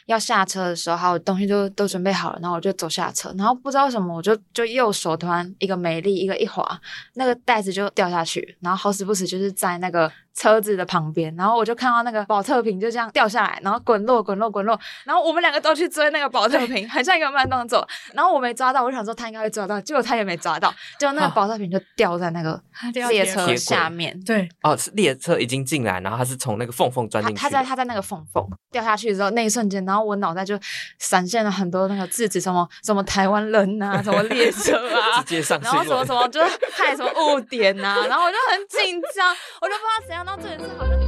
要下车的时候，还有东西都准备好了，然后我就走下车，然后不知道为什么我就右手突然一个美丽一滑，那个袋子就掉下去，然后好死不死就是在那个车子的旁边，然后我就看到那个保特瓶就这样掉下来，然后滚落，然后我们两个都去追那个保特瓶，很像一个慢动作，然后我没抓到，我就想说他应该会抓到，结果他也没抓到，结果那个保特瓶就掉在那个列车下面。 对， 是列车已经进来，然后他是从那个缝钻进去， 他在那个缝掉下去之后那一瞬间，然后我脑袋就闪现了很多那个字词，什么台湾人啊，什么列车啊， 直接上然后什么就是害什么误点啊，然后我就很紧张，我就不知道怎样，到这一次好像。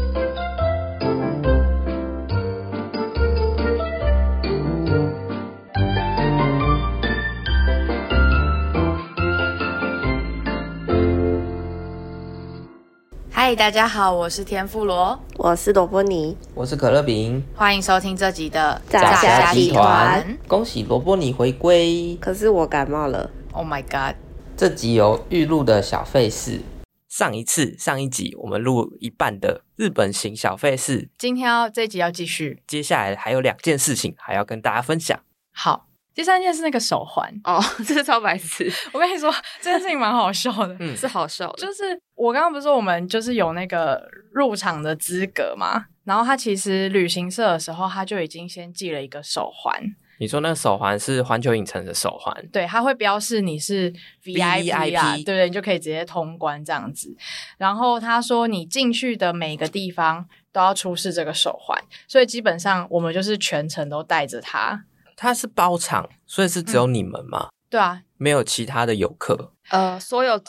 嗨，大家好，我是田妇罗， 我是萝卜泥， 我是可乐饼， 欢迎收听这集的炸虾集团。 恭喜萝卜泥回归。 可是我感冒了 Oh my god， 这集有预录的小费事。上一集我们录一半的日本行小费事， 今天这一集要继续， 接下来还有2件事情还要跟大家分享。 好，第3件是那个手环哦，这是超白痴。 我跟你说这件事情蛮好笑的， 是好笑的， 就是我刚刚不是说我们就是有那个入场的资格嘛，然后他其实旅行社的时候他就已经先寄了一个手环。 你说那个手环是环球影城的手环， 对，它会标示你是 VIP 啦，对不对？你就可以直接通关这样子。然后他说你进去的每个地方都要出示这个手环，所以基本上我们就是全程都带着它。 它是包场，所以是只有你们吗？ 对啊， 没有其他的游客。 所有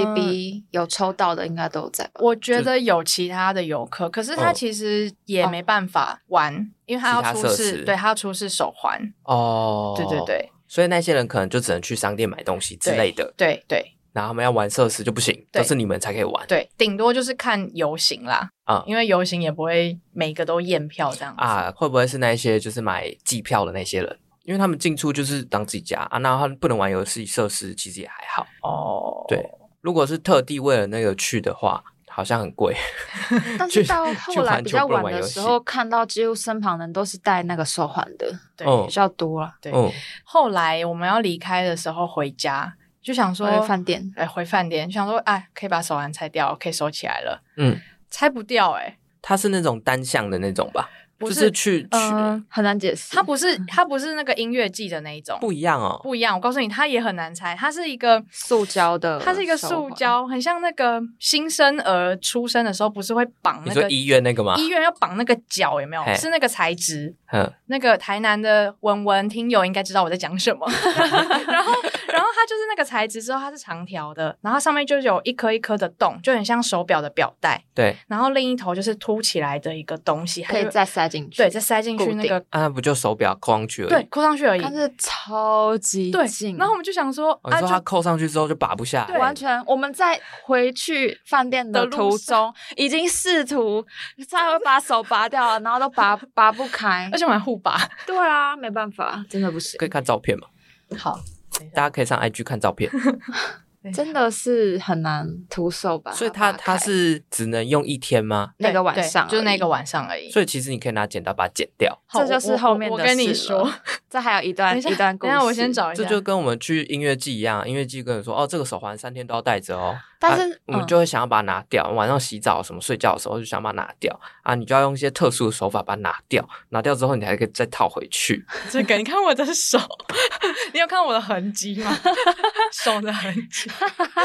JCB 有抽到的应该都有在吧？ 我觉得有其他的游客，可是他其实也没办法玩，因为他要出示，对，他要出示手环。哦，对对对， 所以那些人可能就只能去商店买东西之类的。 对对， 然后他们要玩设施就不行，都是你们才可以玩。 对，顶多就是看游行啦，因为游行也不会每个都验票这样子啊。会不会是那些就是买季票的那些人？因为他们进出就是当自己家啊，那他们不能玩游戏设施，其实也还好哦。对，如果是特地为了那个去的话，好像很贵。 但是到后来比较晚的时候，看到几乎身旁人都是戴那个手环的，对，比较多了。 对，后来我们要离开的时候回家，就想说回饭店， 回饭店就想说，可以把手环拆掉，可以收起来了。拆不掉它是那种单向的那种吧？就是去很难解释。 它不是那个音乐季的那一种， 不一样哦， 不一样。我告诉你，它也很难拆，它是一个塑胶的， 它是一个塑胶，很像那个新生儿出生的时候不是会绑那个， 你说医院那个吗？ 医院要绑那个脚有没有？是那个材质。那个台南的文听友应该知道我在讲什么。然后它就是那个材质之后，它是长条的，然后上面就有一颗一颗的洞，就很像手表的表带。 对， 然后另一头就是凸起来的一个东西， 可以再塞进去。 对，再塞进去那个不就手表扣上去而已？ 对，扣上去而已。 但是超级近。 然后我们就想说， 你说它扣上去之后就拔不下来， 完全。我们在回去饭店的途中，已经试图才会把手拔掉了，然后都拔不开， 而且我们还互拔。 对啊，没办法，真的不行。 可以看照片吗？ 好， 大家可以上 IG 看照片。 真的是很难徒手吧？ 所以它是只能用1天吗？ 那个晚上就是那个晚上而已。 所以其实你可以拿剪刀把它剪掉。 这就是后面的事了。 我跟你说， 这还有一段故事。 等一下我先找一下。 这就跟我们去音乐季一样，音乐季跟你说这个手环3天都要戴着哦。 但是我们就会想要把它拿掉，晚上洗澡什么睡觉的时候就想把它拿掉啊，你就要用一些特殊的手法把它拿掉，拿掉之后你还可以再套回去。 这个你看我的手，你有看我的痕迹吗？手的痕迹。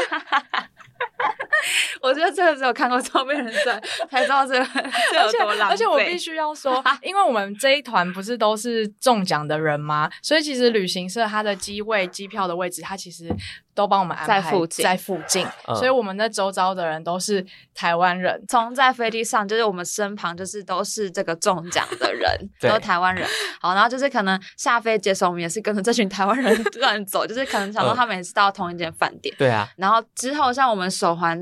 我觉得这个只有看过照片的人才知道这有多浪费。 而且我必须要说，因为我们这一团不是都是中奖的人吗？所以其实旅行社它的机票的位置，它其实都帮我们安排在附近，所以我们在周遭的人都是台湾人。 从在飞机上，就是我们身旁就是都是这个中奖的人，都是台湾人。好，然后就是可能下飞机的时候，我们也是跟着这群台湾人乱走，就是可能想说他们也是到同一间饭店。 对啊。 然后之后像我们手环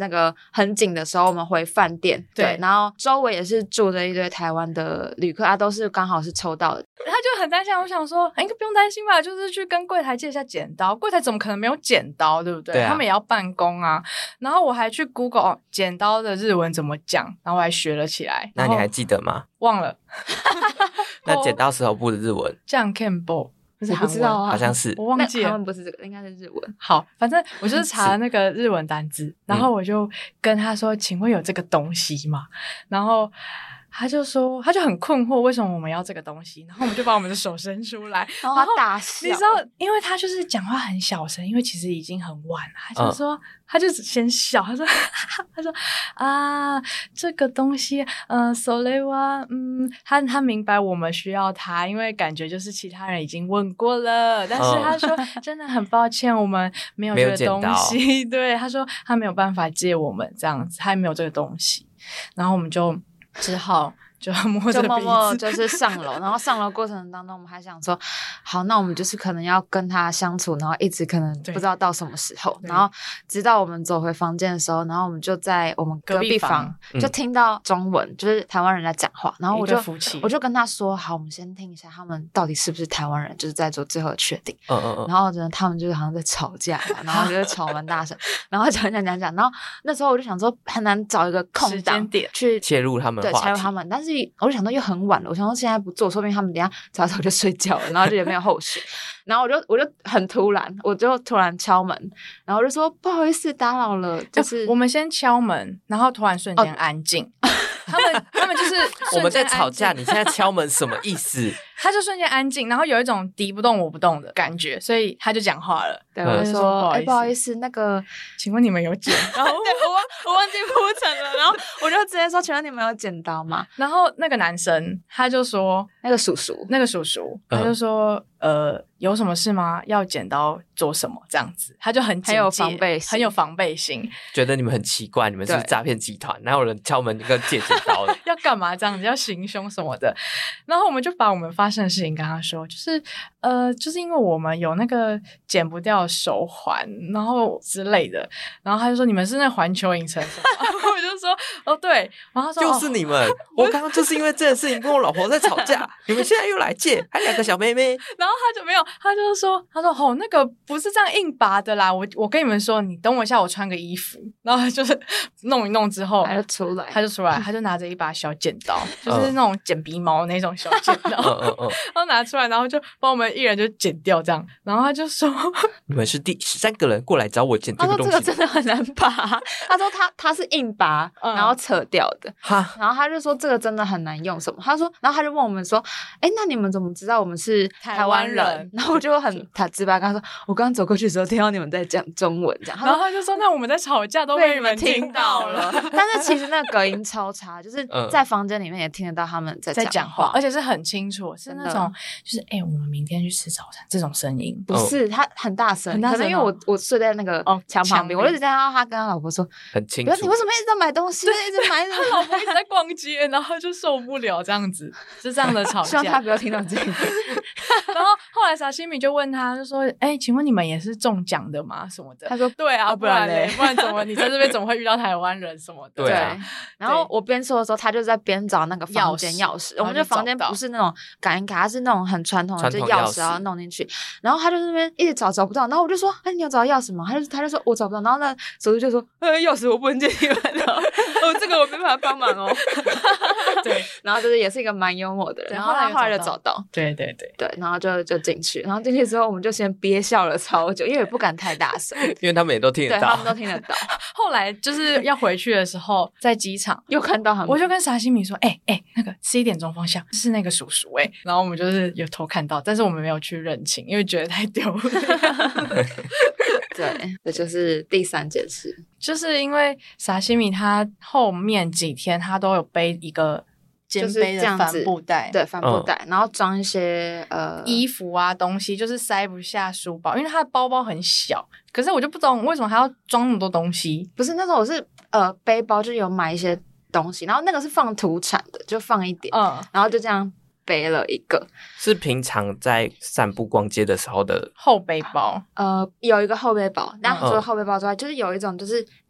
那个很紧的时候，我们回饭店，对，然后周围也是住着一堆台湾的旅客啊，都是刚好是抽到的。 他就很担心，我想说，应该不用担心吧，就是去跟柜台借一下剪刀，柜台怎么可能没有剪刀，对不对？他们也要办公啊。然后我还去 Google 剪刀的日文怎么讲，然后我还学了起来。 那你还记得吗？ 忘了。 那剪刀石头布的日文？ 这样 Kenbo。 我不知道啊， 好像是我忘记了， 韩文不是这个，应该是日文。 好，反正我就是查了那个日文单字，然后我就跟他说：“请问有这个东西吗？”然后他就说，他就很困惑，为什么我们要这个东西？然后我们就把我们的手伸出来， 然后他大笑。 你知道，因为他就是讲话很小声，因为其实已经很晚了。他就说，他就先笑，他说啊，这个东西，それは，他明白我们需要它，因为感觉就是其他人已经问过了，但是他说真的很抱歉，我们没有这个东西。对，他说他没有办法借我们这样子，他也没有这个东西，然后我们就只好。就摸着鼻子， 就默默就是上楼，然后上楼过程当中，我们还想说，好，那我们就是可能要跟他相处，然后一直可能不知道到什么时候，然后直到我们走回房间的时候，然后我们就在我们隔壁房就听到中文，就是台湾人在讲话，然后我就跟他说，好，我们先听一下他们到底是不是台湾人，就是在做最后的确定。然后呢，他们就是好像在吵架吧，然后就是吵蛮大声，然后讲，然后那时候我就想说，很难找一个空档去切入他们话题， 对，切入他们，但是我就想到又很晚了，我想说现在不做，说不定他们等一下早早就睡觉了，然后就也没有后续。然后我就很突然，我就突然敲门，然后我就说不好意思打扰了，就是我们先敲门，然后突然瞬间安静。他们就是我们在吵架，你现在敲门什么意思？ 他就瞬间安静，然后有一种敌不动我不动的感觉，所以他就讲话了。 对，我就说不好意思，那个， 请问你们有剪刀？ 对，我忘记铺陈了，然后我就直接说，请问你们有剪刀吗？ 然后那个男生他就说， 那个叔叔， 他就说，有什么事吗？要剪刀做什么？这样子，他就很有防备心， 觉得你们很奇怪，你们是不是诈骗集团？哪有人敲门跟借剪刀的？ 要干嘛这样子？要行凶什么的？然后我们就把我们发生的事情跟他说，就是因为我们有那个剪不掉的手环，然后之类的。然后他就说，你们是那环球影城什么？我就说哦对，然后他说就是你们，我刚刚就是因为这件事情跟我老婆在吵架，你们现在又来借，还2个小妹妹。 然后他就没有，他说那个不是这样硬拔的啦，我跟你们说，你等我一下，我穿个衣服。然后他就是弄一弄之后， 他就出来， 他就拿着一把小剪刀，就是那种剪鼻毛那种小剪刀，然后拿出来，然后就帮我们一人就剪掉这样。然后他就说， 你们是第13个人过来找我剪这个东西， 他说这个真的很难拔。他说他是硬拔，然后扯掉的。然后他就说这个真的很难用什么。他说，然后他就问我们说，那你们怎么知道我们是台湾人？然后我就很直白跟他说，我刚刚走过去的时候听到你们在讲中文这样。 然后他就说，那我们在吵架都被你们听到了。 但是其实那个隔音超差，就是在房间里面也听得到他们在讲话， 而且是很清楚，是那种就是我们明天去吃早餐这种声音。 不是，他很大声，可能因为我睡在那个墙旁边，我就直接看到他跟他老婆说很清楚，你为什么一直在买东西，一直买？ 他老婆一直在逛街，然后就受不了这样子，是这样的吵架。 希望他不要听到这个。 然后后来沙西米就问他，就说：“请问你们也是中奖的吗？什么的？” 他说：“ 对啊，不然怎么你在这边怎么会遇到台湾人什么的？” 对啊。 然后我边说的时候，他就在边找那个房间钥匙。我们这房间不是那种感应卡，它是那种很传统的，就钥匙要弄进去。然后他就在那边一直找不到。然后我就说：“你有找到钥匙吗？”他就说：“我找不到。”然后那手机就说：“钥匙我不能借你们的，这个我没办法帮忙哦。”对，然后就是也是一个蛮幽默的人。然后他后来就找到， 对， 然后就进去。然后进去之后，我们就先憋笑了超久，因为也不敢太大声， 因为他们也都听得到， 他们都听得到。 后来就是要回去的时候，在机场又看到他们， 我就跟沙西米说：“那个11点钟方向是那个叔叔然后我们就是有偷看到，但是我们没有去认亲，因为觉得太丢脸。 对，这就是第3件事， 就是因为沙西米他后面几天他都有背一个肩背的帆布袋， 对，帆布袋，然后装一些衣服啊东西，就是塞不下书包，因为他的包包很小。可是我就不懂为什么还要装那么多东西。 不是那时候我是背包就有买一些东西，然后那个是放土产的，就放一点，然后就这样背了一个。 是平常在散步逛街的时候的后背包。 有一个后背包，但除了后背包之外，就是有一种就是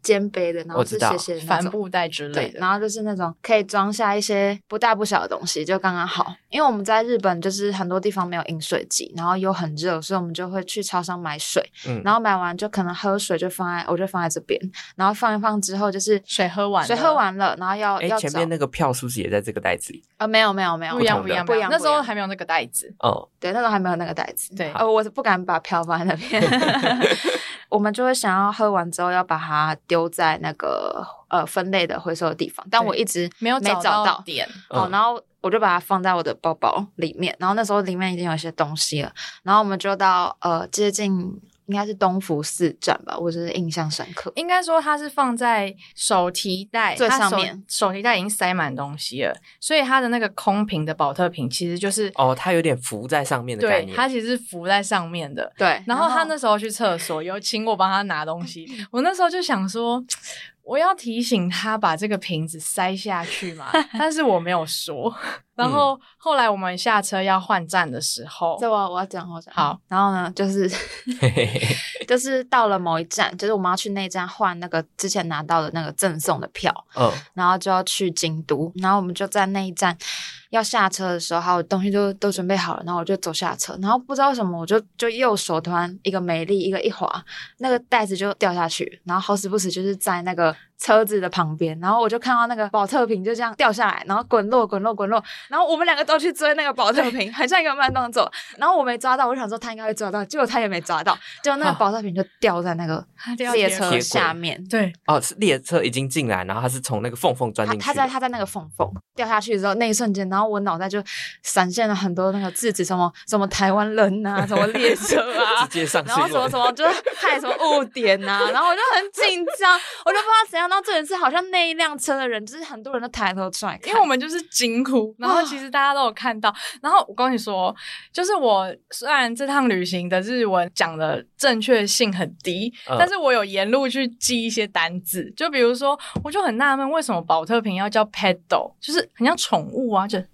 肩背的，然后是斜斜的那种帆布袋之类的， 然后就是那种可以装下一些不大不小的东西，就刚刚好。因为我们在日本就是很多地方没有饮水机，然后又很热，所以我们就会去超商买水，然后买完就可能喝水我就放在这边，然后放一放之后就是水喝完了，然后要前面那个票是不是也在这个袋子里？ 没有， 不一样，那时候还没有那个袋子。 对，那时候还没有那个袋子。 对， 我是不敢把票放在那边。我们就会想要喝完之后要把它丢在那个分类的回收的地方，但我一直没找到点。 然后我就把它放在我的包包里面，然后那时候里面已经有一些东西了，然后我们就到接近应该是东福寺站吧，我就是印象深刻。 应该说它是放在手提袋最上面， 手提袋已经塞满东西了，所以它的那个空瓶的保特瓶其实就是它有点浮在上面的概念。 对，它其实是浮在上面的。 对， 然后他那时候去厕所有请我帮他拿东西，我那时候就想说我要提醒他把这个瓶子塞下去嘛，但是我没有说。然后后来我们下车要换站的时候， 这我要讲好。 然后呢，就是到了某一站，就是我们要去那站换那个之前拿到的那个赠送的票，然后就要去京都，然后我们就在那一站要下车的时候，还有东西都准备好了，然后我就走下车，然后不知道为什么我就右手突然一个没力，一滑，那个袋子就掉下去，然后好死不死就是在那个车子的旁边，然后我就看到那个保特瓶就这样掉下来，然后滚落，然后我们两个都去追那个保特瓶，很像一个慢动作，然后我没抓到，我就想说他应该会抓到，结果他也没抓到，结果那个保特瓶就掉在那个列车下面。 对， 是列车已经进来，然后他是从那个缝钻进去， 他在那个缝掉下去的时候，那一瞬间，然后我脑袋就闪现了很多那个字词，什么台湾人啊，什么列车啊， 直接上去， 然后什么就是害什么误点啊，然后我就很紧张，我就不知道怎样。然后这一次好像那一辆车的人，就是很多人都抬头出来看， 因为我们就是惊呼，然后其实大家都有看到。然后我跟你说，就是我虽然这趟旅行的日文讲的正确性很低，但是我有沿路去记一些单字，就比如说，我就很纳闷为什么保特瓶要叫 pedo， 就是很像宠物啊，就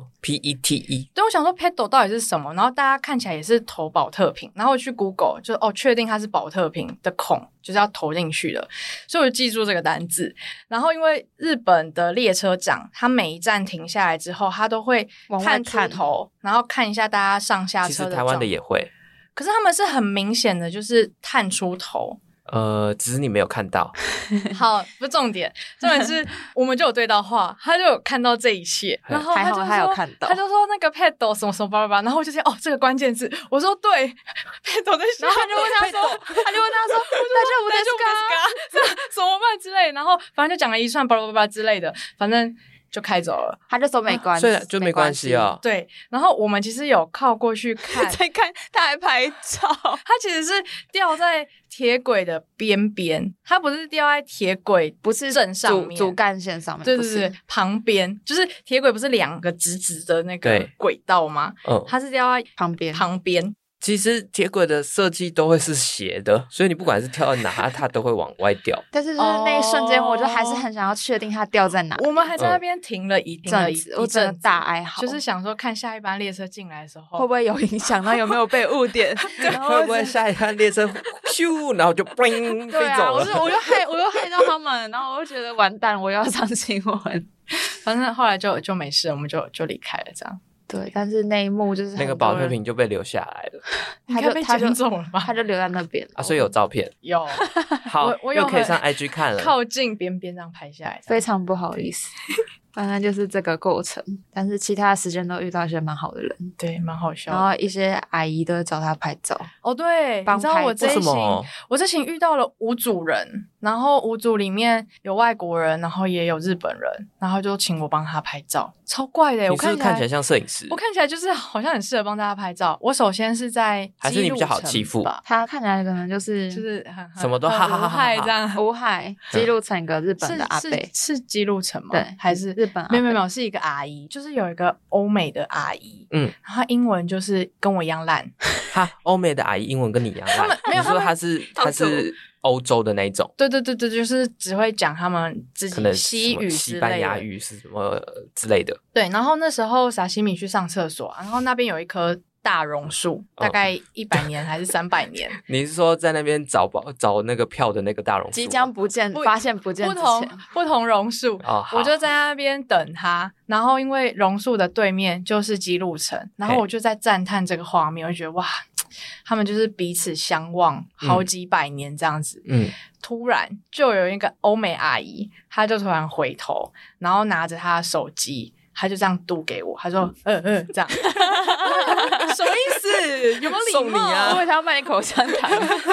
PETE。 对，我想说 pedo 到底是什么，然后大家看起来也是投保特瓶，然后我去 Google 就确定它是保特瓶的孔，就是要投进去的，所以我就记住这个单字。然后因为日本的列车长，他每一站停下来之后，他都会探出头，然后看一下大家上下车的状况。 其实台湾的也会， 可是他们是很明显的，就是探出头。 只是你没有看到。 好，不是重点，重点是我们就有对到话，他就有看到这一切，然后他就说， 他有看到， 他就说那个 pedo 什么什么叭叭叭，然后我就说这个关键字，我说对 pedo 在， 然后他就问他说，大丈夫ですか， 怎么办之类的，然后反正就讲了一串叭叭叭之类的，反正就开走了， 他就说没关系， 所以就没关系啊。 对，然后我们其实有靠过去看， 在看，他还拍照。 他其实是掉在铁轨的边边，他不是掉在铁轨， 不是正上面主干线上面， 对，旁边就是铁轨，不是两个直直的那个轨道吗？它是掉在旁边。 其实铁轨的设计都会是斜的，所以你不管是跳到哪，它都会往外掉。 但是就是那一瞬间，我就还是很想要确定它掉在哪。 我们还在那边停了一阵子， 我真的大哀嚎， 就是想说看下一班列车进来的时候会不会有影响，到有没有被误点， 会不会下一班列车咻，然后就飞走了。 我又害到他们，然后我就觉得完蛋，我又要上新闻。 反正后来就没事，我们就离开了这样。 对，但是那一幕就是那个保特瓶就被留下来了， 他就走了吧？ 他就留在那边所以有照片， 有。 好，我又可以上 IG 看了， 靠近边边这样拍下来， 非常不好意思。反正就是这个过程，但是其他的时间都遇到一些蛮好的人， 对，蛮好笑的。 然后一些阿姨都会找他拍照。 对，你知道我这一行遇到了5组人，然后5组里面有外国人，然后也有日本人，然后就请我帮他拍照，超怪的。 你是不是看起来像摄影师？ 我看起来就是好像很适合帮大家拍照。我首先是在还是你比较好欺负吧？ 他看起来可能就是什么都哈哈哈哈这样。 无害，基路城一个日本的阿伯， 是基路城吗？ 对， 还是日本？ 没有，是一个阿姨，就是有一个欧美的阿姨，然后她英文就是跟我一样烂。 哈，欧美的阿姨英文跟你一样烂？你说她是欧洲的那一种？ 对，就是只会讲他们自己西语之类的， 西班牙语是什么之类的。 对，然后那时候沙西米去上厕所，然后那边有一颗大榕树，大概100年还是300年。 你是说在那边找那个票的那个大榕树即将不见，发现不见之前不同榕树，我就在那边等他。然后因为榕树的对面就是基路城，然后我就在赞叹这个画面，我就觉得哇，他们就是彼此相望好几百年这样子。突然就有一个欧美阿姨，她就突然回头，然后拿着她的手机，她就这样嘟给我，她说这样什么意思？有没有礼貌？ 送你啊， 因为她要卖你口香糖。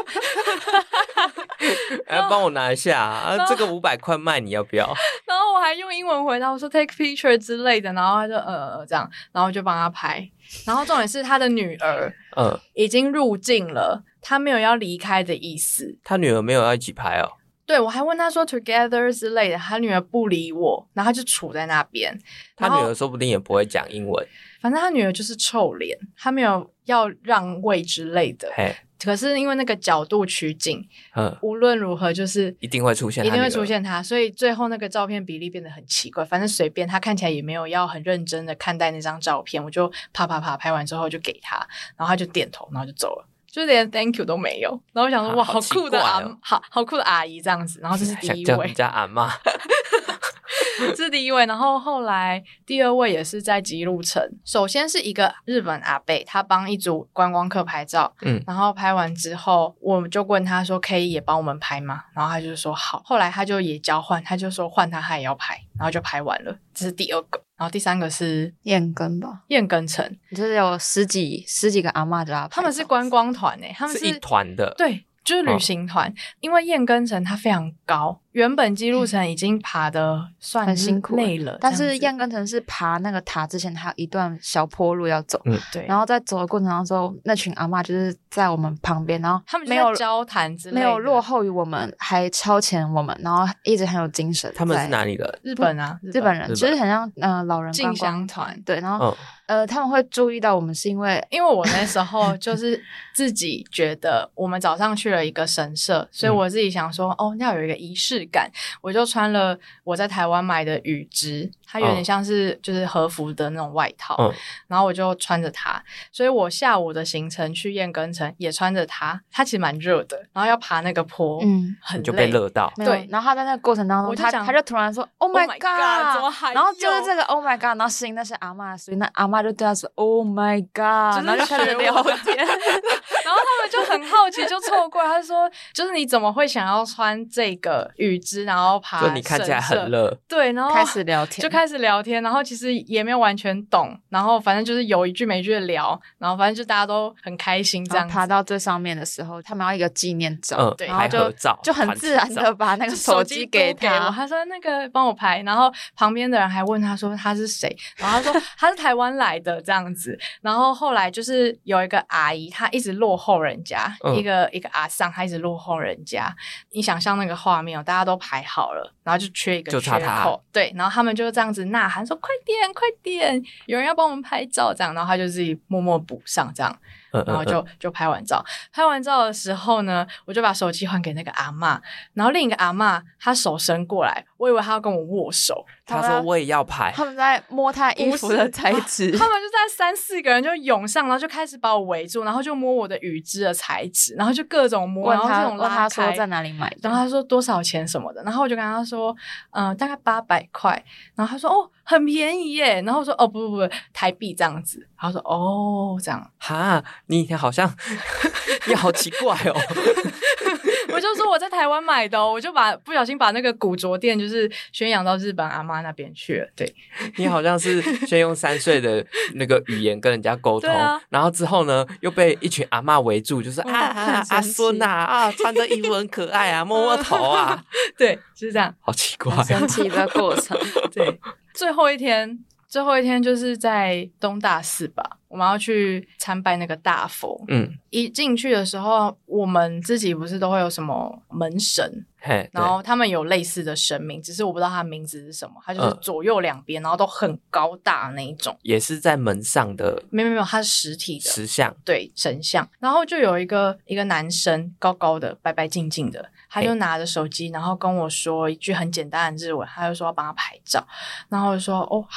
帮我拿一下这个500块卖你要不要？ 然后我还用英文回答我说 take picture 之类的，然后他就这样，然后就帮他拍。然后重点是他的女儿已经入境了，他没有要离开的意思。 他女儿没有要一起拍哦？ 对，我还问他说 together 之类的，他女儿不理我，然后他就杵在那边。 他女儿说不定也不会讲英文， 反正他女儿就是臭脸，他没有要让位之类的。可是因为那个角度取景，无论如何就是一定会出现他，所以最后那个照片比例变得很奇怪。反正随便，他看起来也没有要很认真的看待那张照片，我就啪拍完之后就给他，然后他就点头，然后就走了，就连 thank you 都没有。然后我想说哇，好酷的好酷的阿姨这样子。然后这是第一位， 叫人家阿嬷。 这是第一位，然后后来第二位也是在基路城。首先是一个日本阿伯，他帮一组观光客拍照，然后拍完之后，我们就问他说可以也帮我们拍吗？然后他就说好。后来他就也交换，他就说换他也要拍，然后就拍完了。这是第二个。然后第三个是燕根吧， 燕根城， 就是有十几个阿嬷的， 他们是观光团他们是一团的， 对，就是旅行团。因为燕根城它非常高，原本基路城已经爬得算很辛苦累了， 但是燕根城是爬那个塔之前还有一段小坡路要走， 对。 然后在走的过程当中，那群阿嬷就是在我们旁边，然后他们没有交谈之类的， 没有落后于我们，还超前我们，然后一直很有精神。 他们是哪里的？ 日本啊， 日本人，就是很像老人进香团， 对，然后他们会注意到我们，是因为我那时候就是自己觉得我们早上去了一个神社，所以我自己想说要有一个仪式感，我就穿了我在台湾买的羽织，它有点像是就是和服的那种外套，然后我就穿着它，所以我下午的行程去燕根城也穿着它其实蛮热的，然后要爬那个坡，很累， 就被热到， 对。然后他在那个过程当中，他就突然说 Oh my God， 怎么还有？ 然后就是这个 Oh my God， 然后声音那是阿嬷，所以那阿嬷就对他说 Oh my God， 然后就开始聊天，然后他们就很好奇，就凑过来，他说就是你怎么会想要穿这个羽织，然后爬？ 就你看起来很热， 对，然后开始聊天， 然后其实也没有完全懂，然后反正就是有一句没一句的聊，然后反正就大家都很开心这样子。 爬到最上面的时候，他们要一个纪念照， 对， 然后就很自然的把那个手机给他， 他说那个帮我拍，然后旁边的人还问他说他是谁，然后他说他是台湾来的这样子，然后后来就是有一个阿姨，她一直落后人家，一个阿桑，她一直落后人家，你想象那个画面大家都排好了，然后就缺一个缺口，对，然后他们就这样子呐喊说快点，有人要帮我们拍照这样，然后他就自己默默补上这样。然后就拍完照的时候呢，我就把手机还给那个阿嬷，然后另一个阿嬷她手伸过来，我以为她要跟我握手， 她说我也要拍， 他们在摸她衣服的材质， 他们就在3-4个人就涌上，然后就开始把我围住，然后就摸我的羽织的材质，然后就各种摸，然后这种拉开， 问他说在哪里买的， 然后他说多少钱什么的，然后我就跟他说大概800块，然后他说很便宜耶，然后我说不台币这样子，然后说这样哈，你好像你好奇怪我就说我在台湾买的我就不小心把那个古着店就是宣扬到日本阿嬷那边去了。对， 你好像是先用3岁的那个语言跟人家沟通，然后之后呢又被一群阿嬷围住，就是阿孙啊穿着衣服很可爱啊，摸摸头啊， 对，就是这样， 好奇怪， 很神奇的过程。 对，最后一天就是在东大寺吧，我们要去参拜那个大佛。一进去的时候，我们自己不是都会有什么门神，然后他们有类似的神明，只是我不知道他的名字是什么，他就是左右两边，然后都很高大那一种， 也是在门上的， 没有，他是实体的石像， 对，神像。然后就有一个男生，高高的，白白净净的，他就拿着手机，然后跟我说一句很简单的日文，他就说要帮他拍照，然后我就说好。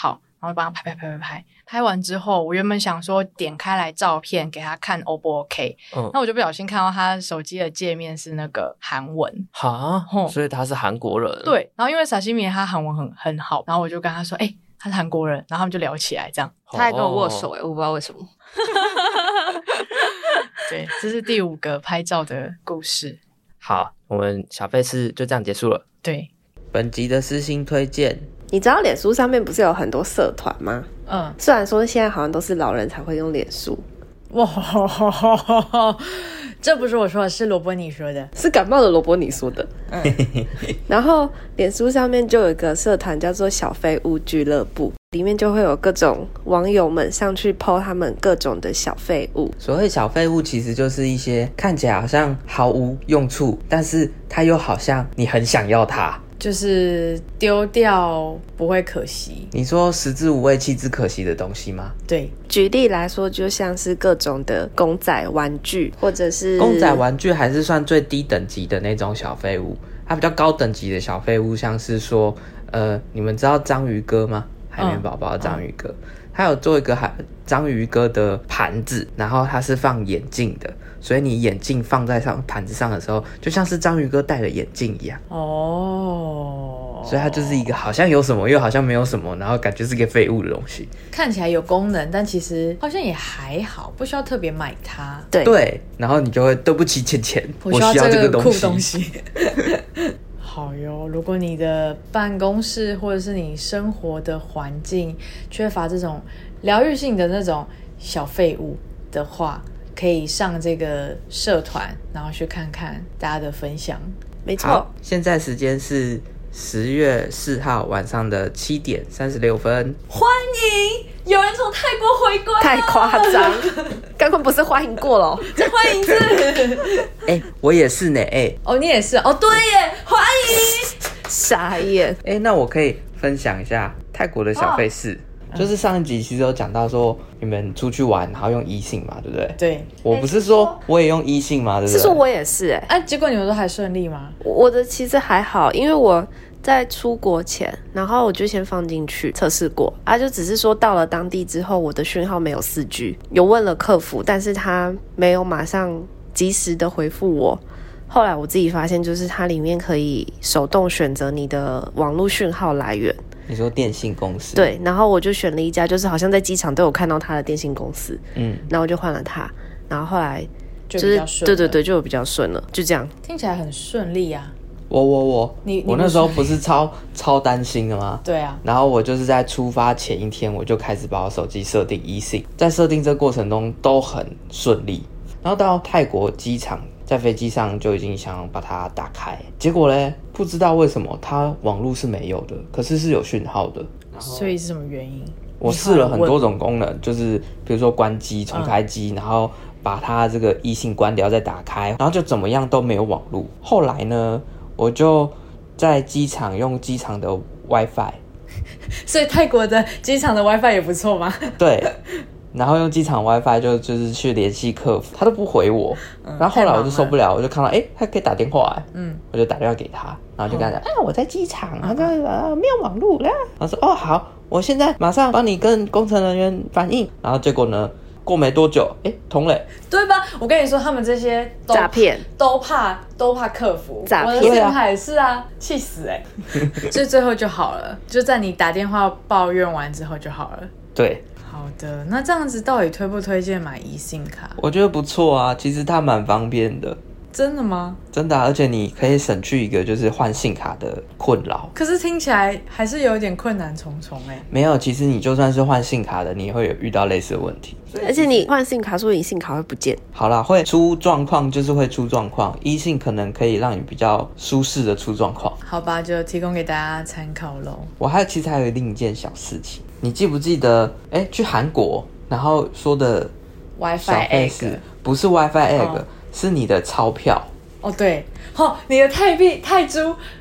然后帮他拍完之后，我原本想说点开来照片给他看 O 不 OK，那我就不小心看到他手机的界面是那个韩文哈，所以他是韩国人。 对，然后因为沙西米他韩文很好，然后我就跟他说他是韩国人，然后他们就聊起来这样。 他还跟我握手我不知道为什么。 对，这是第5个拍照的故事。 好，我们小费事就这样结束了。 对， 本集的私心推荐， 你知道脸书上面不是有很多社团吗？虽然说现在好像都是老人才会用脸书。 哇，这不是我说的，是罗伯尼说的， 是感冒的罗伯尼说的。然后脸书上面就有一个社团叫做小废物俱乐部，里面就会有各种网友们上去 po 他们各种的小废物。 所谓小废物其实就是一些看起来好像毫无用处，但是它又好像你很想要它， 就是丢掉不会可惜。 你说食之无味弃之可惜的东西吗？ 对， 举例来说，就像是各种的公仔玩具，或者是公仔玩具还是算最低等级的那种小废物。它比较高等级的小废物，像是说你们知道章鱼哥吗？海绵宝宝的章鱼哥，它有做一个章鱼哥的盘子，然后它是放眼镜的，所以你眼镜放在盘子上的时候，就像是章鱼哥戴了眼镜一样。所以它就是一个好像有什么又好像没有什么，然后感觉是个废物的东西。 看起来有功能，但其实好像也还好，不需要特别买它。 对， 然后你就会对不起钱， 我需要这个酷东西。好哟，如果你的办公室或者是你生活的环境缺乏这种疗愈性的那种小废物的话，可以上这个社团，然后去看看大家的分享。 没错， 现在时间是10月4号晚上的7点36分。 欢迎有人从泰国回归， 太夸张，刚刚不是欢迎过了？ 再欢迎一次。 我也是呢。 你也是哦，对耶，欢迎。 傻眼。 那我可以分享一下泰国的小费事。就是上一集其实有讲到说你们出去玩然后用e信嘛，对不对？ 对， 我不是说我也用e信嘛，对不对？ 是说我也是结果你们都还顺利吗？ 我的其实还好，因为我在出国前，然后我就先放进去测试过就只是说到了当地之后，我的讯号没有4G，有问了客服，但是他没有马上及时的回复我。后来我自己发现，就是它里面可以手动选择你的网络讯号来源。 你说电信公司？ 对，然后我就选了一家，就是好像在机场都有看到它的电信公司，然后我就换了它，然后后来就是对，就比较顺了，就这样。 听起来很顺利啊。 我那时候不是超担心的吗？ 对啊。 然后我就是在出发前一天，我就开始把我手机设定e信，在设定这个过程中都很顺利。然后到泰国机场，在飞机上就已经想把它打开，结果呢，不知道为什么它网络是没有的，可是是有讯号的。 所以是什么原因？ 我试了很多种功能，就是比如说关机、重开机，然后把它这个e信关掉再打开，然后就怎么样都没有网络。后来呢，我就在机场用机场的 WiFi， 所以泰国的机场的 WiFi 也不错吗？ 对。然后用机场 WiFi 就是去联系客服，他都不回我。然后后来我就受不了，我就看到他可以打电话我就打电话给他，然后就跟他讲我在机场，然后没有网络了。他说好，我现在马上帮你跟工程人员反映。然后结果呢，过没多久，通嘞， 对吧？我跟你说，他们这些诈骗都怕客服诈骗， 我的前台也是啊，气死所以最后就好了，就在你打电话抱怨完之后就好了。 对。 好的，那这样子到底推不推荐买e信卡？ 我觉得不错啊，其实它蛮方便的。 真的吗？ 真的而且你可以省去一个就是换信卡的困扰。 可是听起来还是有点困难重重没有，其实你就算是换信卡的，你也会有遇到类似的问题。 而且你换信卡，说你信卡会不见。 好啦，会出状况就是会出状况，e信可能可以让你比较舒适的出状况。 好吧，就提供给大家参考咯。 我其实还有另一件小事情，你记不记得去韩国然后说的 WiFi egg 不是 WiFi egg，是你的钞票。 对，你的泰币、泰铢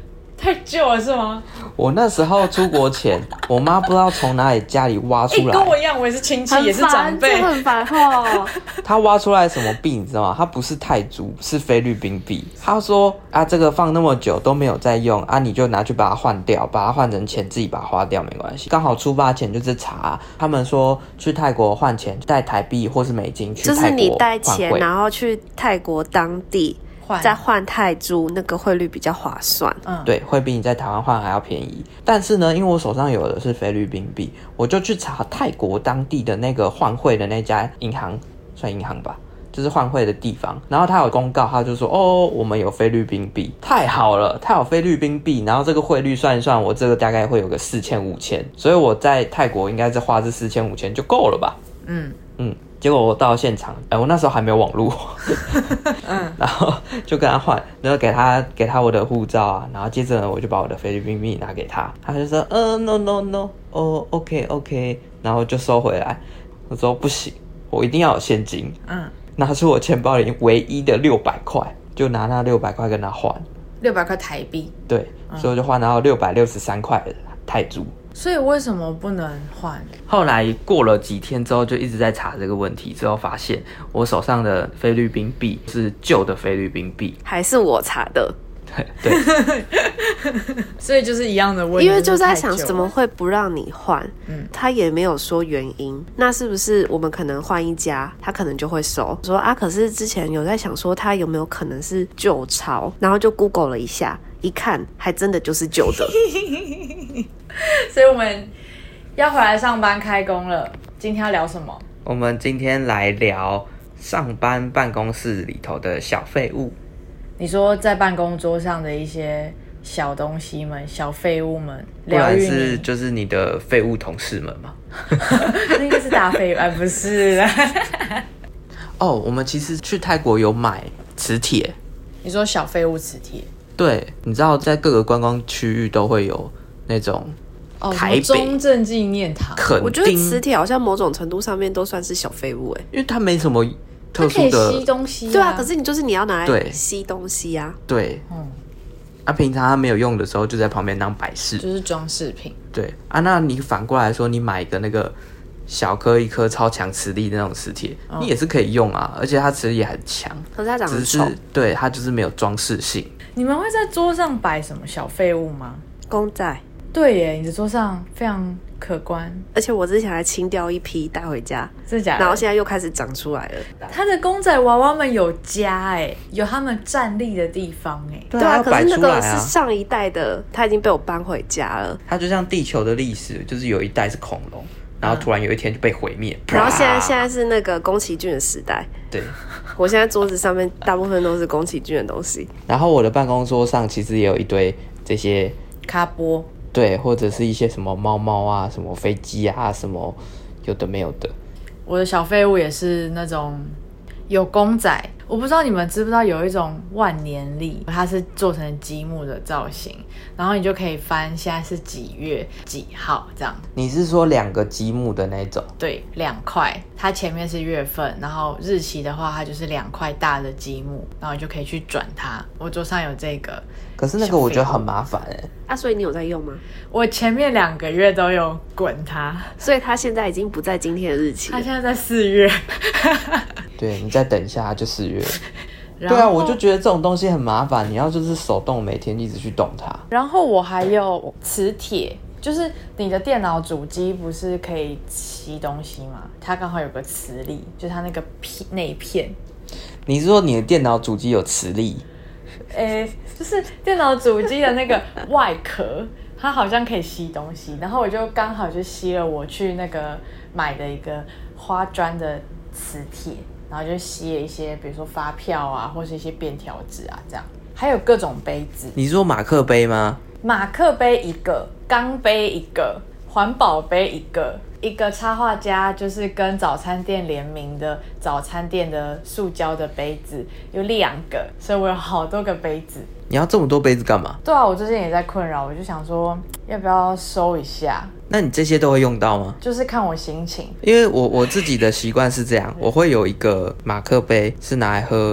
太旧了是吗？ 我那时候出国前，我妈不知道从哪里家里挖出来， 跟我一样，我也是亲戚，也是长辈， 很烦哦。 她挖出来什么币你知道吗？它不是泰铢，是菲律宾币。她说啊，这个放那么久都没有在用啊，你就拿去把它换掉，把它换成钱，自己把它花掉没关系。刚好出发前就是查，他们说去泰国换钱，带台币或是美金去泰国就是你带钱，然后去泰国当地再换泰铢，那个汇率比较划算。 对，会比你在台湾换还要便宜。但是呢，因为我手上有的是菲律宾币，我就去查泰国当地的那个换汇的那家银行，算银行吧，就是换汇的地方。然后他有公告，他就说哦，我们有菲律宾币，太好了，他有菲律宾币，然后这个汇率算一算，我这个大概会有个4000、5000，所以我在泰国应该是花这4000、5000就够了吧？结果我到现场，我那时候还没有网络，然后就跟他换，然后给他我的护照啊，然后接着呢，我就把我的菲律宾币拿给他，他就说no， 哦 OK， 然后就收回来。我说不行，我一定要有现金，拿出我钱包里唯一的600块，就拿那600块跟他换 ，600块台币， 对，所以我就换到663块的泰铢。 所以为什么不能换？ 后来过了几天之后，就一直在查这个问题，之后发现我手上的菲律宾币是旧的菲律宾币， 还是我查的。 对， 所以就是一样的问题。 因为就在想怎么会不让你换，他也没有说原因。那是不是我们可能换一家，他可能就会收？说啊，可是之前有在想说他有没有可能是旧钞，然后就 Google 了一下，一看还真的就是旧的。 所以我们要回来上班开工了。今天要聊什么？ 我们今天来聊上班办公室里头的小废物。 你说在办公桌上的一些小东西们、小废物们， 不然是就是你的废物同事们吗？ 那应该是大废物，不是啦。 哦，我们其实去泰国有买磁铁。 你说小废物磁铁？ 对，你知道在各个观光区域都会有那种台北中正纪念堂， 我觉得磁铁好像某种程度上面都算是小废物因为它没什么特殊的， 它可以吸东西， 对啊，可是你要拿来吸东西啊， 对，平常它没有用的时候就在旁边当摆饰， 就是装饰品， 对啊，那你反过来说，你买一个那个小颗一颗超强磁力的那种磁铁，你也是可以用啊，而且它磁力也很强， 可是它长得丑， 对，它就是没有装饰性。 你们会在桌上摆什么小废物吗？ 公仔。 对耶，你的桌上非常可观， 而且我之前还清掉一批带回家， 真的假的？ 然后现在又开始长出来了。 他的公仔娃娃们有家有他们站立的地方对啊，可是那个是上一代的，他已经被我搬回家了。 它就像地球的历史，就是有一代是恐龙，然后突然有一天就被毁灭， 然后现在是那个宫崎骏的时代。 对， 我现在桌子上面大部分都是宫崎骏的东西。 然后我的办公桌上其实也有一堆这些卡波。 对，或者是一些什么猫猫啊，什么飞机啊，什么有的没有的。 我的小废物也是那种有公仔，我不知道你们知不知道有一种万年历，它是做成积木的造型，然后你就可以翻现在是几月几号这样。 你是说2个积木的那种？ 对，2块，它前面是月份，然后日期的话，它就是2块大的积木，然后你就可以去转它。我桌上有这个。 可是那个我觉得很麻烦所以你有在用吗？ 我前面2个月都有滚它， 所以它现在已经不在今天的日期了， 它现在在4月。 对，你再等一下就4月。对啊，我就觉得这种东西很麻烦，你要就是手动每天一直去动它。 然后我还有磁铁，就是你的电脑主机不是可以吸东西吗？它刚好有个磁力，就是它那个内片。 你是说你的电脑主机有磁力？ 就是电脑主机的那个外壳，它好像可以吸东西，然后我就刚好就吸了我去那个买的一个花砖的磁铁，然后就吸了一些，比如说发票啊，或是一些便条纸啊，这样，还有各种杯子。 你是说马克杯吗？ 马克杯1个，钢杯1个，环保杯1个。一个插画家就是跟早餐店联名的早餐店的塑胶的杯子有2个，所以我有好多个杯子。 你要这么多杯子干嘛？ 对啊，我最近也在困扰，我就想说要不要收一下。 那你这些都会用到吗？ 就是看我心情， 因为我自己的习惯是这样，我会有一个马克杯是拿来喝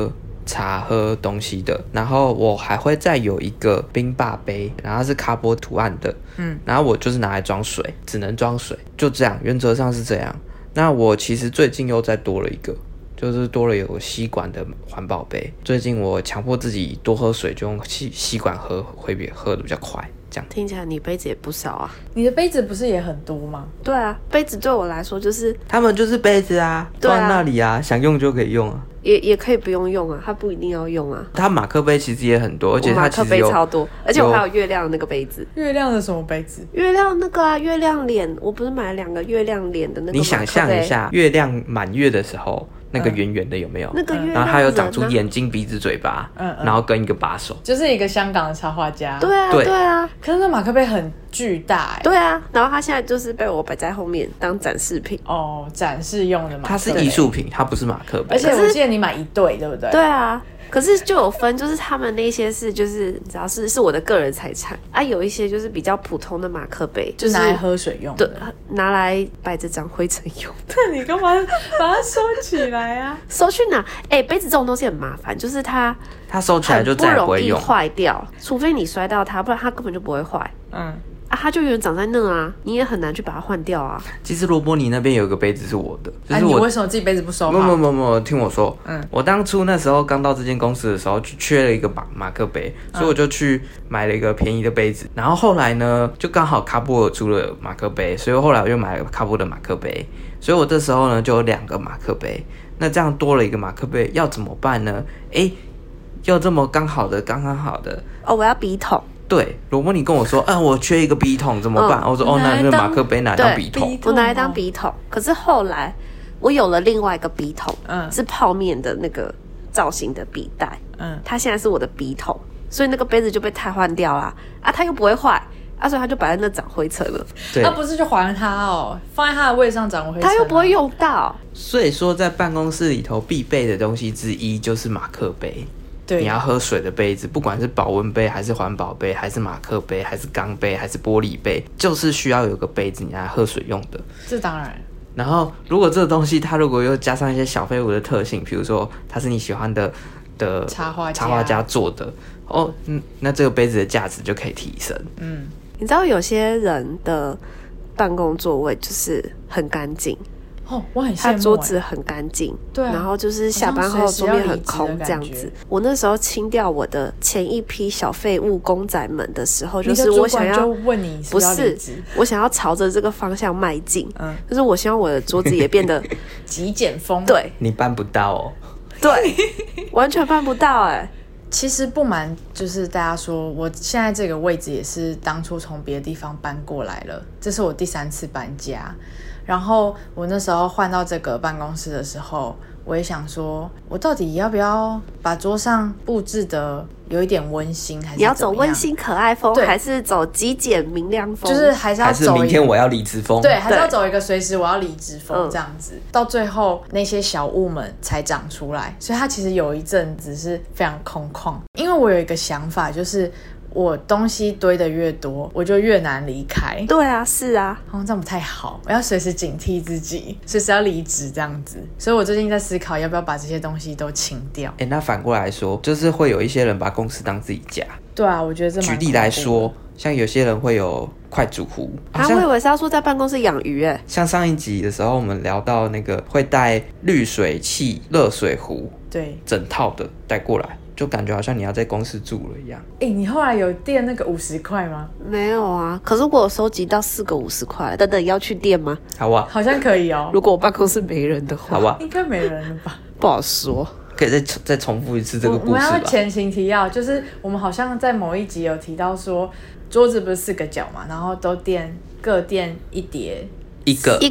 茶喝东西的，然后我还会再有一个冰霸杯，然后是卡波图案的，然后我就是拿来装水，只能装水，就这样，原则上是这样。那我其实最近又再多了一个，就是多了有吸管的环保杯。最近我强迫自己多喝水，就用吸管喝，会喝的比较快。这样听起来你杯子也不少啊。 你的杯子不是也很多吗？ 对啊，杯子对我来说就是他们就是杯子啊，放在那里啊，想用就可以用啊。 也可以不用用啊，它不一定要用啊。 它马克杯其实也很多，而且它其实有马克杯超多，而且我还有月亮的那个杯子。 月亮的什么杯子？ 月亮那个啊，月亮脸，我不是买了2个月亮脸的那个马克杯。 你想象一下，月亮满月的时候，那个圆圆的有没有？ 那个月亮， 然后它有长出眼睛、鼻子、嘴巴，然后跟一个把手， 就是一个香港的插画家。 对啊，对啊。 可是那马克杯很巨大哎。 对啊，然后它现在就是被我摆在后面当展示品。 哦，展示用的马克杯。 它是艺术品，它不是马克杯。 而且我记得你买一对，对不对？ 对啊。可是就有分，就是他们那些是就是你知道是我的个人财产啊，有一些就是比较普通的马克杯， 就是拿来喝水用的， 对，拿来摆着长灰尘用。 那你干嘛把它收起来啊？ 收去哪？杯子这种东西很麻烦，就是它收起来就再也不会用， 不容易坏掉，除非你摔到它，不然它根本就不会坏。它就永远长在那啊，你也很难去把它换掉啊。 其实罗伯尼那边有一个杯子是我的，就是你为什么自己杯子不收好？ 没，听我说，我当初那时候刚到这间公司的时候，就缺了一个马克杯，所以我就去买了一个便宜的杯子。然后后来呢，就刚好卡波尔出了马克杯，所以后来我又买了卡波的马克杯，所以我这时候呢就有2个马克杯。那这样多了一个马克杯，要怎么办呢？要这么刚好的哦，我要笔筒。 对，罗伯尼跟我说，我缺一个笔筒怎么办？我说那就马克杯拿来当笔筒。 我拿来当笔筒。可是后来我有了另外一个笔筒，是泡面的那个造型的笔袋，它现在是我的笔筒，所以那个杯子就被汰换掉了啊，它又不会坏啊，所以它就摆在那长灰尘了。 那不是就还它哦，放在它的位上长灰尘， 它又不会用到。 所以说，在办公室里头必备的东西之一就是马克杯。你要喝水的杯子，不管是保温杯还是环保杯还是马克杯还是钢杯还是玻璃杯，就是需要有个杯子你来喝水用的。 这当然。 然后如果这个东西它如果又加上一些小废物的特性，比如说它是你喜欢的插画家做的那这个杯子的价值就可以提升。 你知道有些人的办公座位就是很干净。 我很羡慕他桌子很干净， 对然后就是下班后桌面很空这样子。我那时候清掉我的前一批小废物公仔们的时候，就是我想要问你是不是离职， 我想要朝着这个方向迈进，就是我希望我的桌子也变得极简风。 对， 你办不到哦。 对，完全办不到其实不瞒就是大家说，我现在这个位置也是当初从别的地方搬过来了，这是我第3次搬家。然后我那时候换到这个办公室的时候，我也想说，我到底要不要把桌上布置的有一点温馨，还是你要走温馨可爱风，还是走极简明亮风？ 就是还是要走明天我要离职风， 对，还是要走一个随时我要离职风这样子。到最后那些小物们才长出来，所以它其实有一阵子是非常空旷。因为我有一个想法，就是我东西堆得越多，我就越难离开。 对啊，是啊， 这样不太好，我要随时警惕自己，随时要离职这样子。所以我最近在思考要不要把这些东西都清掉。 那反过来说，就是会有一些人把公司当自己家。 对啊，我觉得这举例来说，像有些人会有快煮壶， 我以为是要说在办公室养鱼像上一集的时候，我们聊到那个会带滤水器、热水壶， 对， 整套的带过来，就感觉好像你要在公司住了一样。 你后来有垫那个50块吗？ 没有啊，可是我有收集到4个50块，等等要去垫吗？ 好啊， 好像可以哦。 如果我办公室没人的话， 好啊， 应该没人了吧？ 不好说。 可以再重复一次这个故事吧。 我们要前情提要，就是我们好像在某一集有提到说，桌子不是4个角嘛，然后都各垫一叠。 一个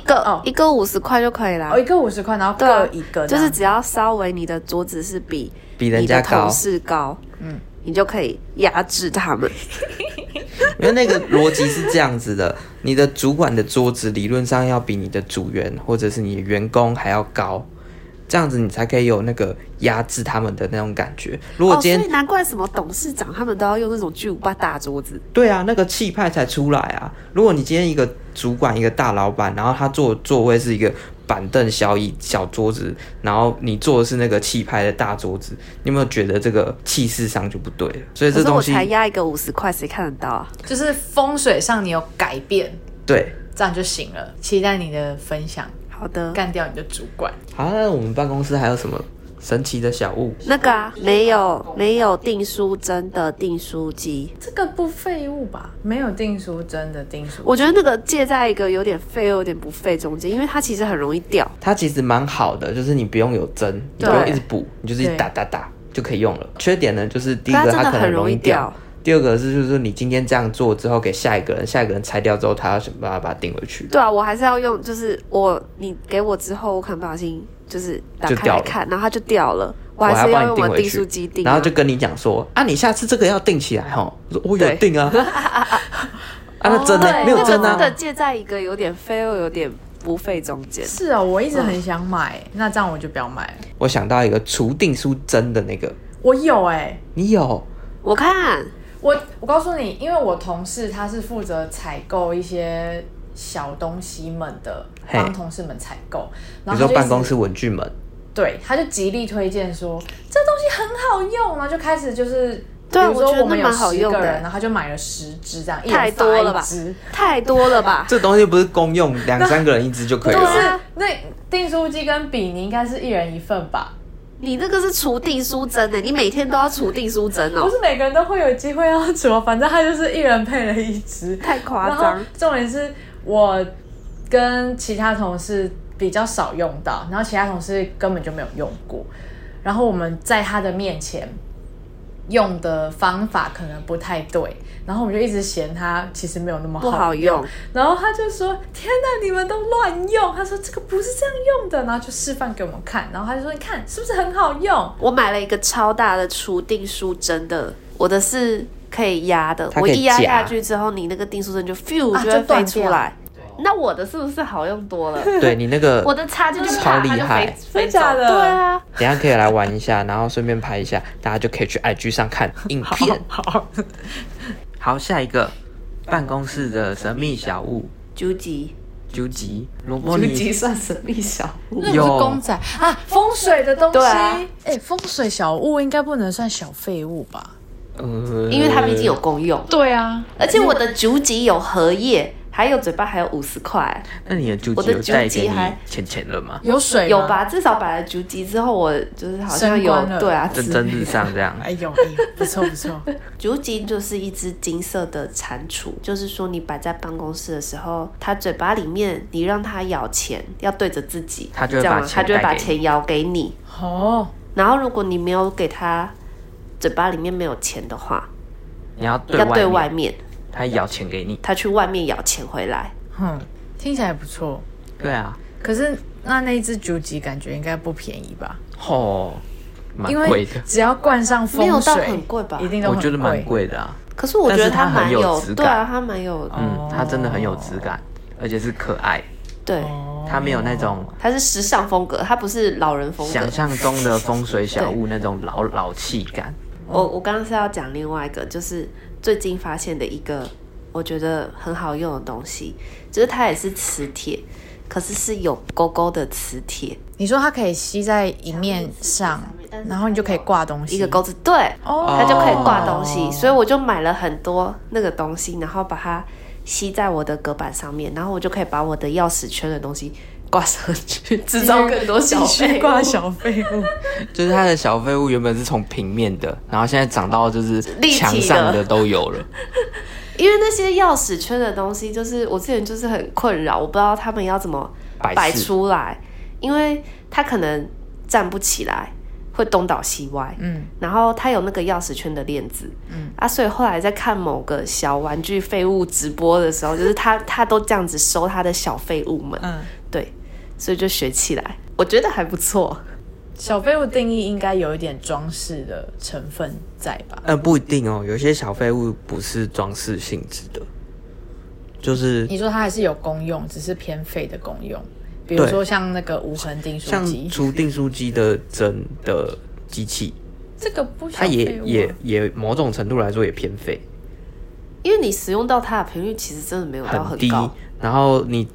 50块就可以了。 一个50块，然后各一个， 就是只要稍微你的桌子是比人家高， 你的同事高，你就可以压制他们。 因为那个逻辑是这样子的，你的主管的桌子理论上要比你的组员或者是你的员工还要高，这样子你才可以有那个压制他们的那种感觉。如果今天， 所以难怪什么董事长他们都要用那种巨无霸大桌子。 对啊，那个气派才出来啊。如果你今天一个主管一个大老板，然后他坐座位是一个板凳、小椅、小桌子，然后你坐的是那个气派的大桌子，你有没有觉得这个气势上就不对了？所以这东西可是我才压一个50块，谁看得到啊？ 就是风水上你有改变， 对， 这样就行了。期待你的分享。 好的， 干掉你的主管。 好，那我们办公室还有什么神奇的小物？ 那个啊，没有订书针的订书机， 这个不废物吧？没有订书针的订书机， 我觉得那个介在一个有点废又有点不废中间，因为它其实很容易掉。 它其实蛮好的，就是你不用有针，你不用一直补，你就是一直打就可以用了。缺点呢，就是第一个它可能容易掉。第二个是，就是你今天这样做之后给下一个人拆掉之后，他要想办法把它订回去。 对啊，我还是要用，就是你给我之后，我可能不小心就是打开来看，然后它就掉了，我还是要用我订书机订。 然后就跟你讲说啊，你下次这个要订起来齁。我说我有订啊。那针呢？没有针啊。 真的介在一个有点废又有点不废中间。 是啊，我一直很想买，那这样我就不要买了。 我想到一个除订书针的那个， 我有你有？ 我看。 我告诉你，因为我同事他是负责采购一些小东西们的，帮同事们采购。 比如说办公室文具们， 对，他就极力推荐说这东西很好用，然后就开始就是， 对， 比如说我们有 10个人，然后他就买了10支这样， 太多了吧？太多了吧？ 这东西不是公用，2-3个人一支就可以了。 就是那订书机跟笔，你应该是1人1份吧？ 你那个是除订书针你每天都要除订书针哦。 不是每个人都会有机会要除，反正他就是1人配了1支， 太夸张。 重点是我跟其他同事比较少用到，然后其他同事根本就没有用过，然后我们在他的面前用的方法可能不太对，然后我们就一直嫌他其实没有那么好用，然后他就说天哪，你们都乱用，他说这个不是这样用的，然后就示范给我们看，然后他就说你看是不是很好用。 我买了一个超大的除订书针的，我的是可以压的，我一压下去之后你那个订书针就 就会飞出来。那我的是不是好用多了？ 对，你那个我的插进去超厉害， 真假的？ 对啊， 等一下可以来玩一下，然后顺便拍一下，大家就可以去 IG 上看影片。好，下一个办公室的神秘小物， 究极萝卜泥， 究极算神秘小物？ 那不是公仔啊，风水的东西。 对啊， 风水小物应该不能算小废物吧？ 因为它毕竟有功用。 对啊， 而且我的究极有荷叶。还有嘴巴还有50块， 那你的究极有带给你钱了吗？ 有水吗？ 有吧，至少摆了究极之后，我就是好像有对啊， 蒸日上这样。 哎呦，不错不错。 究极就是一只金色的蟾蜍，就是说你摆在办公室的时候，它嘴巴里面你让它咬钱，要对着自己， 它就会把钱咬给你。 哦。 然后如果你没有给它嘴巴里面没有钱的话， 你要对外面。 他咬钱给你， 他去外面咬钱回来。 听起来不错。 对啊， 可是那一只究极感觉应该不便宜吧？ 蛮贵的。 只要灌上风水， 没有到很贵吧？ 一定都很贵。 我觉得蛮贵的啊。 可是我觉得它蛮有质感， 对啊，它蛮有， 它真的很有质感，而且是可爱。 对， 它没有那种， 它是时尚风格，它不是老人风格。 想象中的风水小物那种老气感。 我刚刚是要讲另外一个，就是最近发现的一个我觉得很好用的东西，就是它也是磁铁，可是是有勾勾的磁铁。 你说它可以吸在一面上，然后你就可以挂东西， 一个钩子，对，它就可以挂东西。所以我就买了很多那个东西，然后把它吸在我的隔板上面，然后我就可以把我的钥匙圈的东西挂上去，制造更多小废物。 挂小废物， 就是它的小废物原本是从平面的，然后现在长到就是墙上的都有了。 因为那些钥匙圈的东西，就是我之前就是很困扰，我不知道他们要怎么摆出来，因为它可能站不起来，会东倒西歪。然后它有那个钥匙圈的链子。所以后来在看某个小玩具废物直播的时候，就是他都这样子收他的小废物们。对，所以就学起来，我觉得还不错。 小废物定义应该有一点装饰的成分在吧？ 不一定哦，有些小废物不是装饰性质的，就是你说它还是有功用，只是偏废的功用，比如说像那个无痕订书机， 像除订书机的针的机器， 这个不小它废物也某种程度来说也偏废， 因为你使用到它的频率其实真的没有到很低， 高， 然后你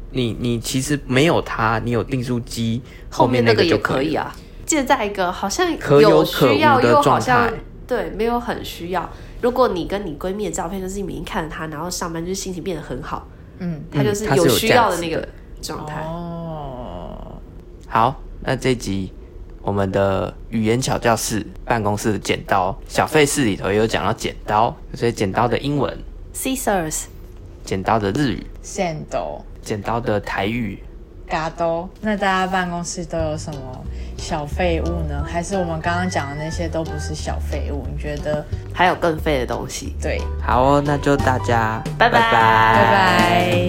你其实没有它，你有订书机，后面那个就可以啊。建在一个好像可有需要又好像对没有很需要。如果你跟你闺蜜的照片，就是你每天看着她，然后上班就是心情变得很好，她就是有需要的那个状态。 哦， 好，那这集我们的语言小教室办公室的剪刀小费事里头也有讲到剪刀，所以剪刀的英文 scissors， 剪刀的日语线斗， 剪刀的台语嘎兜。那大家办公室都有什么小废物呢？还是我们刚刚讲的那些都不是小废物？你觉得还有更废的东西？ 对， 好哦，那就大家拜拜拜拜。